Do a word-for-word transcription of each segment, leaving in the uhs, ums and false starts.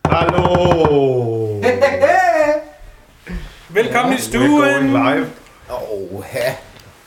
Hallo! Hey, hey, hey. Velkommen Ja, i stuen! we're going live. Åh, ja.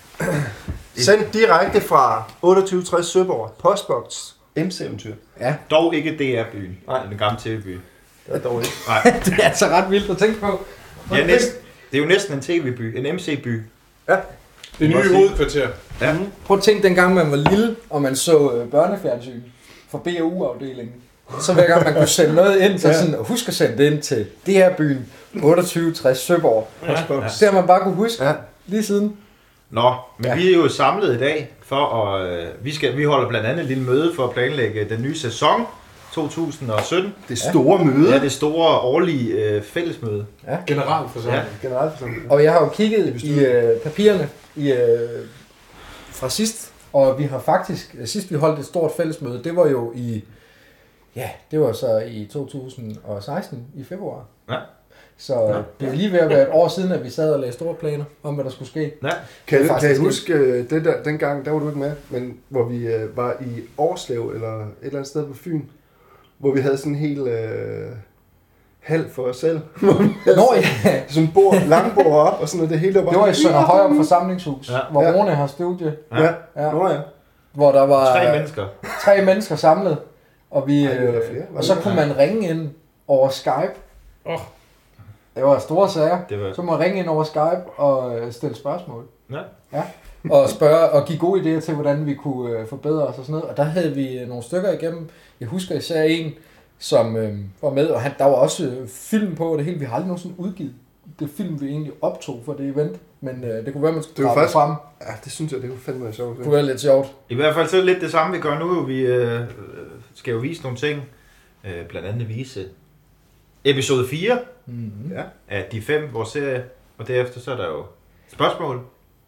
Sendt direkte fra otteogtyve tres Søborg. Postbox. M C-eventyr. Ja. Dog ikke D R-byen. Nej. Den gamle T V-by. Det er dog ikke. Nej. Det er altså ret vildt at tænke på. Ja, næsten, det er jo næsten en T V-by. En M C-by. Ja. Det nye hovedkvarter. Ja. Mm. Prøv at tænke, dengang man var lille, og man så øh, børnefjernsyn fra B og U-afdelingen. Så hver gang man kunne sende noget ind, så sådan, husk at sende det ind til D R-byen otteogtyve tres Søborg. Ja. Det har man bare kunne huske Ja. lige siden. Nå, men Ja. vi er jo samlet i dag for at... Øh, vi, skal, vi holder blandt andet et lille møde for at planlægge den nye sæson to tusind sytten. Det store møde. Ja, det store årlige øh, fællesmøde. Ja. Generalforsamling. Ja. Generalforsamling. Og jeg har jo kigget i øh, papirerne i, øh, fra sidst, og vi har faktisk, sidst vi holdt et stort fællesmøde, det var jo i, ja, det var så i to tusind seksten i februar. Ja. Så ja. Det er lige ved at være et år siden, at vi sad og lagde store planer om, hvad der skulle ske. Ja. Kan, Det er kan I faktisk huske øh, det der, dengang, der var du ikke med, men hvor vi øh, var i Årslev eller et eller andet sted på Fyn, hvor vi havde sådan en hel øh, hal for os selv. Nå ja, Sådan en bord, langbord op og sådan noget, det hele der bare... det var i Sønder Højer forsamlingshus, Ja. hvor Ja. Rune har studie, Ja. Ja, ja, nå ja. hvor der var Tre mennesker. tre mennesker samlet, og, vi, Ej, det var der øh, flere, var og så det? kunne man ringe ind over Skype. Åh. Det var store sager. Det var... Så må man ringe ind over Skype og øh, stille spørgsmål. Ja. Ja. Og spørge og give gode idéer til, hvordan vi kunne øh, forbedre os og sådan noget. Og der havde vi øh, nogle stykker igennem. Jeg husker især en, som øh, var med, og han, der var også øh, film på det hele. Vi har aldrig nogensinde udgivet det film, vi egentlig optog for det event. Men øh, det kunne være, man skulle Det var grave faktisk- frem. Ja, det synes jeg, det var fandme sjovt. Det kunne være lidt sjovt. I hvert fald så er det lidt det samme, vi gør nu. Vi øh, skal jo vise nogle ting. Øh, blandt andet vise episode fire Mm-hmm. Ja. af de fem, vores serie. Og derefter så er der jo spørgsmål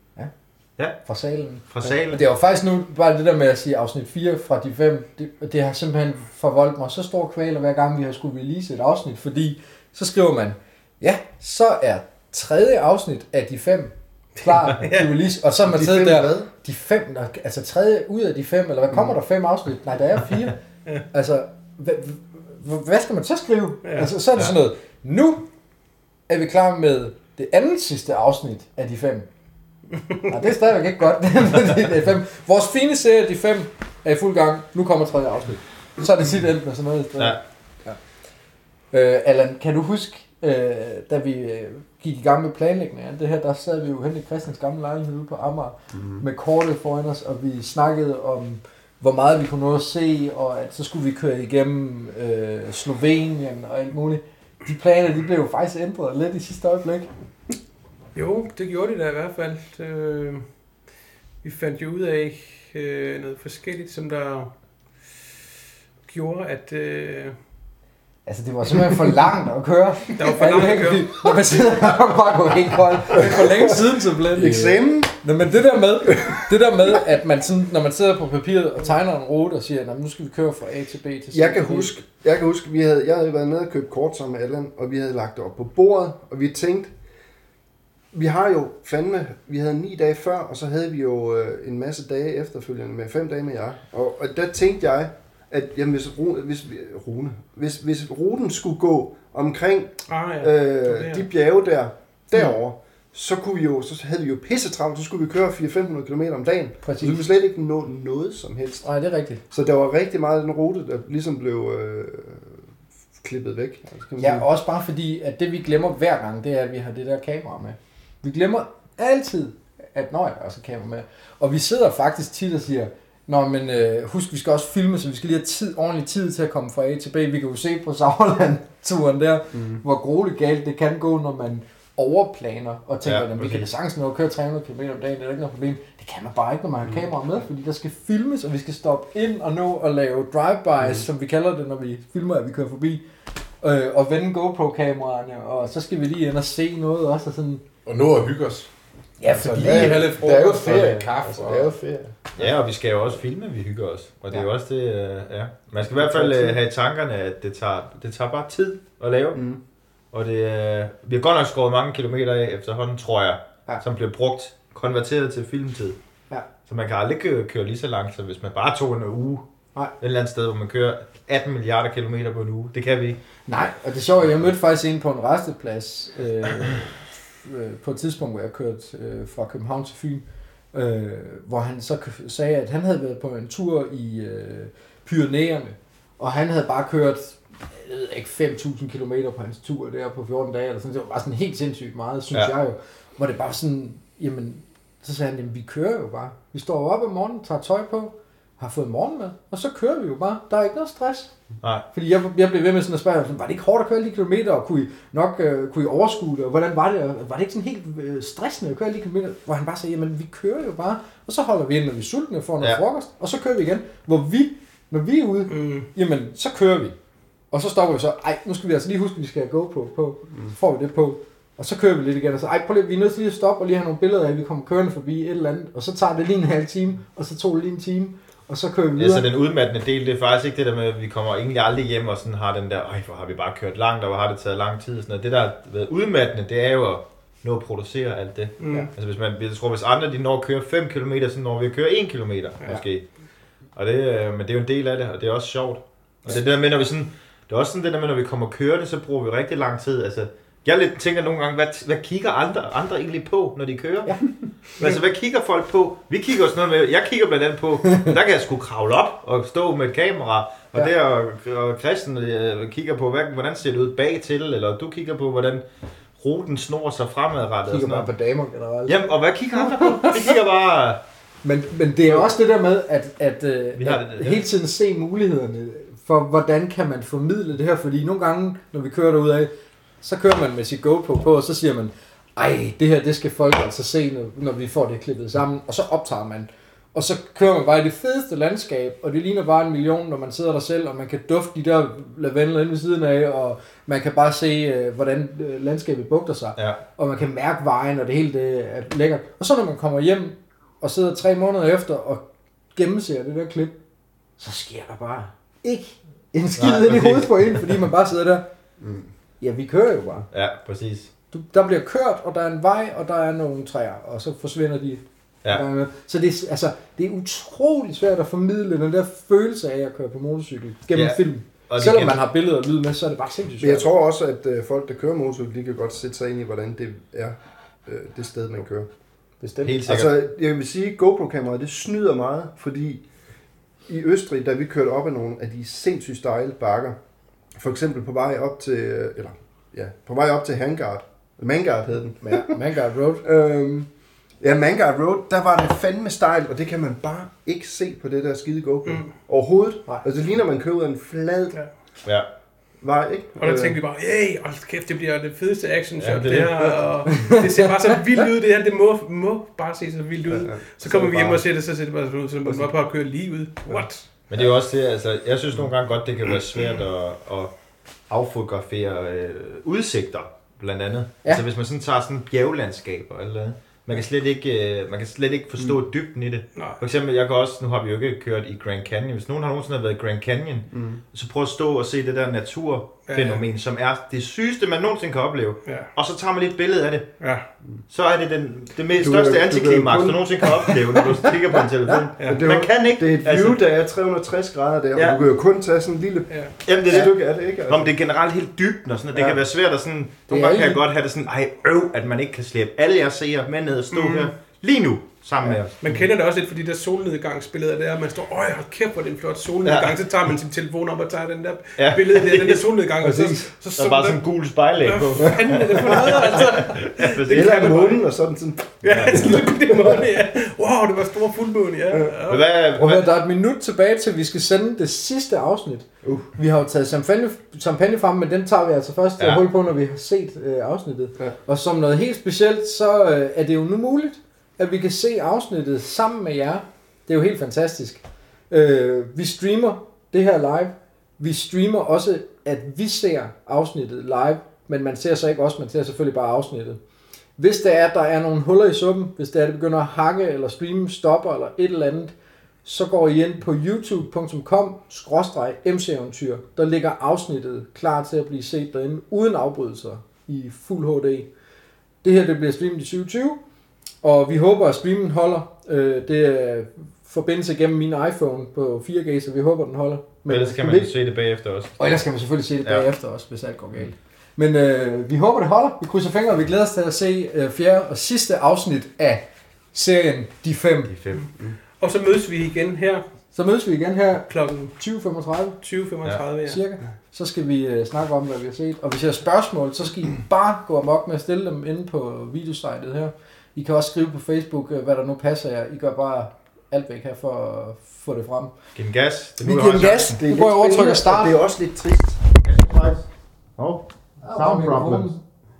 Fra salen. fra salen. Og det var faktisk nu bare det der med at sige afsnit fire fra de fem. Det, det har simpelthen forvoldt mig så stor kvaler, hver gang vi har skulle release et afsnit. Fordi så skriver man, ja, så er tredje afsnit af de fem klar til release. Og så er man De siddet fem der, hvad? de fem, altså tredje ud af de fem, eller hvad kommer der fem afsnit? Nej, der er fire. Altså, hvad, hvad skal man så skrive? Ja. Altså, så er det sådan noget, nu er vi klar med det andet sidste afsnit af de fem. Nej, det er stadigvæk ikke godt. Det er fem. Vores fine serie, de fem, er i fuld gang. Nu kommer tredje afsnit. Så er det sit endt med sådan noget. Ja. Ja. Øh, Allan, kan du huske, øh, da vi øh, gik i gang med planlægningen af det her, der sad vi jo hen i Christians gamle lejlighed ude på Amager Mhm. med kortet foran os, og vi snakkede om, hvor meget vi kunne nå at se, og at så skulle vi køre igennem øh, Slovenien og alt muligt. De planer, de blev jo faktisk ændret lidt i sidste øjeblik. Jo, det gjorde de da i hvert fald. Øh, vi fandt jo ud af øh, noget forskelligt, som der gjorde, at øh, Altså, det var simpelthen for langt at køre. der var for langt at køre. Når man sidder og bare går helt kold. Det er for længe siden, så blev det. Eksamen? Nå, men det der med, det der med, at man sådan, når man sidder på papiret og tegner en rute og siger, nu skal vi køre fra A til B til C. Jeg kan til D. huske, jeg kan huske, vi havde, jeg havde været nede og købt kort sammen med Allan, og vi havde lagt det op på bordet, og vi tænkte, vi har jo fandme, vi havde ni dage før, og så havde vi jo øh, en masse dage efterfølgende med fem dage med jer. Og, og der tænkte jeg, at jamen, hvis, Rune, hvis, Rune, hvis, hvis ruten skulle gå omkring Ah, ja. øh, de bjerge der, derovre, så, kunne vi jo, så havde vi jo pissetravlt, så skulle vi køre fire til fem hundrede kilometer om dagen. Så Præcis. vi kunne slet ikke nå noget som helst. Nej, det er rigtigt. Så der var rigtig meget af den rute, der ligesom blev øh, klippet væk. Altså, kan man Ja, sige. også bare fordi, at det vi glemmer hver gang, det er, at vi har det der kamera med. Vi glemmer altid, at når jeg er også kamera med. Og vi sidder faktisk tit og siger, nå, men øh, husk, vi skal også filme, så vi skal lige have tid, ordentlig tid til at komme fra A til B. Vi kan jo se på Sauerland-turen der, Mm. hvor grueligt galt det kan gå, når man overplaner og tænker, Ja, ja, vi præcis. kan da sagtens nå at køre tre hundrede kilometer om dagen, det er ikke noget problem. Det kan man bare ikke, når man har kamera med, fordi der skal filmes, og vi skal stoppe ind og nå at lave drive-bys, mm. som vi kalder det, når vi filmer, at vi kører forbi, øh, og vende GoPro-kameraerne, og så skal vi lige ind og se noget også, og sådan. Og nå at hygge os. Ja, Altså, fordi lige have lidt Det er jo frokost og ferie. lidt kaffe. Altså, og- det er jo ferie. Ja, og vi skal jo også filme, vi hygger os. Og det er Ja. jo også det, øh, ja. Man skal i hvert fald øh, have i tankerne, at det tager, det tager bare tid at lave. Mm. Og det, øh, vi har godt nok skåret mange kilometer af efterhånden, tror jeg, Ja. som bliver brugt, konverteret til filmtid. Ja. Så man kan aldrig køre, køre lige så langt, så hvis man bare tog en uge Nej. Et eller andet sted, hvor man kører atten milliarder kilometer på en uge. Det kan vi ikke. Nej, og det sjove, jeg mødte faktisk en på en resteplads øh, øh, på et tidspunkt, hvor jeg kørte øh, fra København til Fyn, øh, hvor han så sagde, at han havde været på en tur i øh, Pyrenæerne, og han havde bare kørt jeg ved ikke, fem tusind kilometer på hans tur der på fjorten dage, eller sådan. Det var bare sådan helt sindssygt meget, synes ja. jeg jo. Hvor det bare sådan, jamen, så sagde han, jamen, vi kører jo bare. Vi står op om morgenen, tager tøj på, har fået morgenmad, og så kører vi jo bare. Der er ikke noget stress. Nej. Fordi jeg, jeg blev ved med sådan at spørge, var det ikke hårdt at køre lige kilometer, og kunne I nok uh, kunne I overskue det, og hvordan var det? Var det ikke sådan helt uh, stressende at køre lige kilometer? Hvor han bare sagde, jamen vi kører jo bare, og så holder vi ind, når vi er sultne og får noget ja. frokost, og så kører vi igen. Hvor vi, når vi er ude, mm. jamen så kører vi. Og så stopper vi så, ej, nu skal vi altså lige huske, at vi skal gå på, på. Så får vi det på. Og så kører vi lidt igen, og så, ej, prøv lige, vi er nødt til lige at stoppe og lige have nogle billeder af, at vi kommer kørende forbi et eller andet, og så tager det lige en halv time, og så tog det lige en time, og så kører vi videre. Ja, så den udmattende del, det er faktisk ikke det der med, at vi kommer egentlig aldrig hjem og sådan har den der, ej, hvor har vi bare kørt langt, og hvor har det taget lang tid, og sådan noget. Det der har været udmattende, det er jo at nå at producere alt det. Mm. Altså hvis man, jeg tror, hvis andre de når at køre fem kilometer, så når vi at køre en kilometer, ja. måske. Og det, men det er jo en del af det, og det er også sjovt. Og det er det der med, når vi sådan, det er også sådan det der med, når vi kommer kørende, så bruger vi rigtig lang tid, altså. Jeg lidt tænker nogle gange, hvad, hvad kigger andre, andre egentlig på, når de kører? Ja. Altså, hvad kigger folk på? Vi kigger også noget med, jeg kigger blandt andet på, der kan jeg sgu kravle op og stå med et kamera, og ja. der og, og Christian øh, kigger på, hvad, hvordan ser det ud bag til, eller du kigger på, hvordan ruten snor sig fremadrettet. Kigger bare på damer generelt. Jamen, og hvad kigger andre på? Vi kigger bare... Men, men det er også det der med, at, at, at, det, at det, hele tiden se mulighederne for, hvordan kan man formidle det her, fordi nogle gange, når vi kører derudad, så kører man med sit GoPro på, og så siger man, ej, det her, det skal folk altså se, når, når vi får det klippet sammen, og så optager man. Og så kører man bare i det fedeste landskab, og det ligner bare en million, når man sidder der selv, og man kan dufte de der lavendler inde ved siden af, og man kan bare se, hvordan landskabet bugter sig, ja. og man kan mærke vejen, og det hele det er lækkert. Og så når man kommer hjem, og sidder tre måneder efter, og gennemser det der klip, så sker der bare ikke en skid ind i hovedet på en, fordi man bare sidder der. Mm. Ja, vi kører jo bare. Ja, præcis. Du, der bliver kørt, og der er en vej, og der er nogle træer, og så forsvinder de. Ja. Så det er, altså, det er utroligt svært at formidle den der følelse af at køre på motorcykel gennem ja. film. Og selvom man har billeder og lyd med, så er det bare sindssygt svært. Men jeg tror også, at øh, folk, der kører motorcykel, de kan godt sætte sig ind i, hvordan det er øh, det sted, man kører. Bestemt. Helt sikkert. Altså, jeg vil sige, at GoPro-kameraet, det snyder meget, fordi i Østrig, da vi kørte op ad nogle af de sindssygt stejle bakker, for eksempel på vej op til, eller ja, på vej op til Hangard, Mangard hed den. Ja, Mangard Road. øhm, ja, Mangard Road, der var det fandme stejlt, og det kan man bare ikke se på det der skide GoPro. Mm. Overhovedet. Nej. Altså, det ligner, man kører ud af en flad ja. Ja. vej, ikke? Og der tænkte vi bare, hey, hold kæft, det bliver det fedeste action shot, ja, det, det her, og det ser bare så vildt ud, det her, det må, må bare se så vildt ud. Ja, ja. Så kommer vi hjem og ser det, så ser det bare ud, så man må bare køre lige ud. What? Men det er jo også det, altså, jeg synes nogle gange godt, det kan være svært at, at affotografere øh, udsigter, blandt andet. Ja. Altså hvis man sådan tager sådan bjerglandskaber eller man kan slet ikke, man kan slet ikke forstå mm. dybden i det. Nej. For eksempel, jeg kan også, nu har vi jo ikke kørt i Grand Canyon. Hvis nogen har nogensinde været i Grand Canyon, mm. så prøv at stå og se det der naturfænomen, ja, ja. som er det sygeste, man nogensinde kan opleve. Ja. Og så tager man lige et billede af det. Ja. Så er det den, det mest du, største antiklimaks, du nogensinde kan opleve, når du kigger på en telefon. Ja. Ja. Man kan ikke. Det er et view, altså, der er tre hundrede og tres grader der, ja. og du kan jo kun tage sådan en lille ja. Jamen, det er stykke af det, ikke? Altså. Nå, det er generelt helt dybden og sådan, det ja. kan være svært at sådan, nogle gange kan jeg godt have det sådan, ej øv, at man ikke kan slæbe alle jeres seere med ned og stå mm. her. Lige nu, sammen ja. med os. Man kender det også lidt, fordi der solnedgangsbilleder der, og man står, øj, hold kæft, hvor det er en flot solnedgang, ja. så tager man sin telefon op og tager den der ja. billede der, den der solnedgang, og så, så, så der er bare sådan en gul spejlæg på. Hvad fanden er det for noget, altså? Ja, det eller månen og sådan sådan. Ja, sådan det måne, ja. Wow, det var stor fuldmåne, ja. ja. ja. Hvad, hvad? Og der er et minut tilbage til, vi skal sende det sidste afsnit. Uh. Vi har jo taget champagne, champagne frem, men den tager vi altså først til ja. at holde på, når vi har set øh, afsnittet. Ja. Og som noget helt specielt, så øh, er det jo nu muligt, at vi kan se afsnittet sammen med jer. Det er jo helt fantastisk. Øh, vi streamer det her live. Vi streamer også, at vi ser afsnittet live, men man ser så ikke også, man ser selvfølgelig bare afsnittet. Hvis det er, at der er nogle huller i suppen, hvis det er, at det begynder at hakke, eller streamen stopper, eller et eller andet, så går I ind på youtube punktum com skråstreg m c eventyr. Der ligger afsnittet klar til at blive set derinde, uden afbrydelser i fuld H D. Det her det bliver streamet i tyve tyve. Og vi håber, at streamen holder. Det er forbindelse gennem min iPhone på fire G, så vi håber, den holder. Men ellers kan man vi... se det bagefter også. Og ellers kan man selvfølgelig se det ja. bagefter også, hvis alt går galt. Men øh, vi håber, det holder. Vi krydser fingre, og vi glæder os til at se øh, fjerde og sidste afsnit af serien De Fem. De Fem. Mm. Og så mødes vi igen her. Så mødes vi igen her klokken tyve femogtredive. tyve femogtredive, ja. ja. Cirka. Så skal vi øh, snakke om, hvad vi har set. Og hvis I har spørgsmål, så skal I bare gå amok med at stille dem inde på videositet her. I kan også skrive på Facebook, hvad der nu passer jer. I gør bare alt væk her for at få det frem. Giv den gas. Det vi giver den gas. Det er nu går jeg over og trykker start. Det er også lidt trist. Åh, oh, sound problems.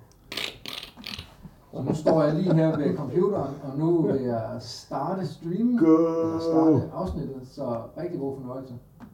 Så nu står jeg lige her ved computeren, og nu vil jeg starte streamen, eller starte afsnittet, så rigtig god fornøjelse.